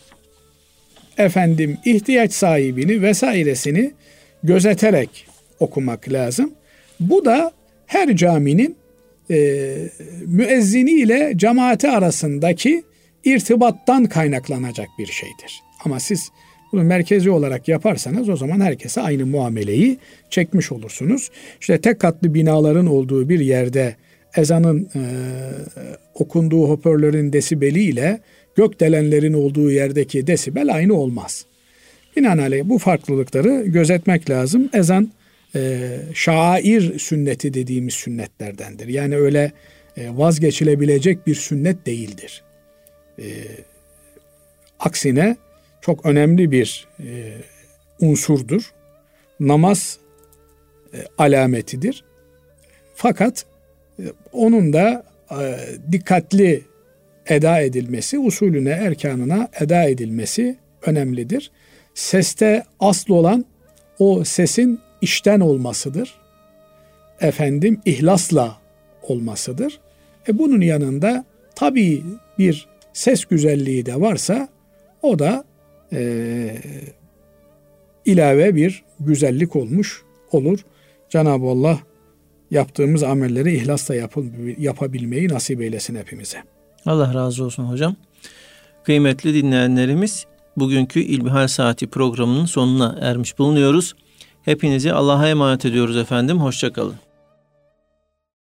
ihtiyaç sahibini vesairesini gözeterek okumak lazım. Bu da her caminin müezzini ile cemaati arasındaki irtibattan kaynaklanacak bir şeydir. Ama siz bunu merkezi olarak yaparsanız o zaman herkese aynı muameleyi çekmiş olursunuz. İşte tek katlı binaların olduğu bir yerde ezanın okunduğu hoparlörün desibeli ile gökdelenlerin olduğu yerdeki desibel aynı olmaz. Binaenaleyh bu farklılıkları gözetmek lazım. Ezan şair sünneti dediğimiz sünnetlerdendir. Yani öyle vazgeçilebilecek bir sünnet değildir. Aksine çok önemli bir unsurdur. Namaz alametidir. Fakat onun da dikkatli eda edilmesi, usulüne, erkanına eda edilmesi önemlidir. Seste asıl olan o sesin içten olmasıdır. İhlasla olmasıdır. Bunun yanında tabii bir ses güzelliği de varsa o da ilave bir güzellik olmuş olur. Cenab-ı Allah yaptığımız amelleri ihlasla yapabilmeyi nasip eylesin hepimize. Allah razı olsun hocam. Kıymetli dinleyenlerimiz, bugünkü İlmihal Saati programının sonuna ermiş bulunuyoruz. Hepinizi Allah'a emanet ediyoruz efendim. Hoşça kalın.